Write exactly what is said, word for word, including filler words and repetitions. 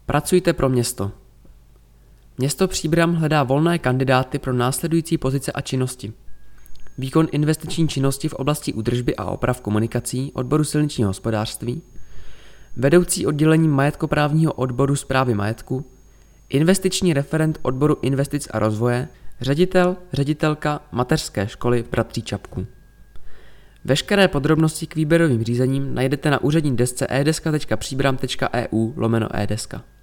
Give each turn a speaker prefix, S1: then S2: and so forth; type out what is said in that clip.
S1: Pracujte pro město. Město Příbram hledá volné kandidáty pro následující pozice a činnosti. Výkon investiční činnosti v oblasti údržby a oprav komunikací odboru silničního hospodářství, vedoucí oddělení majetkoprávního odboru správy majetku, investiční referent odboru investic a rozvoje, ředitel, ředitelka mateřské školy v Bratří Čapků. Veškeré podrobnosti k výběrovým řízením najdete na úřední desce edeska tečka příbram tečka eu lomeno edeska.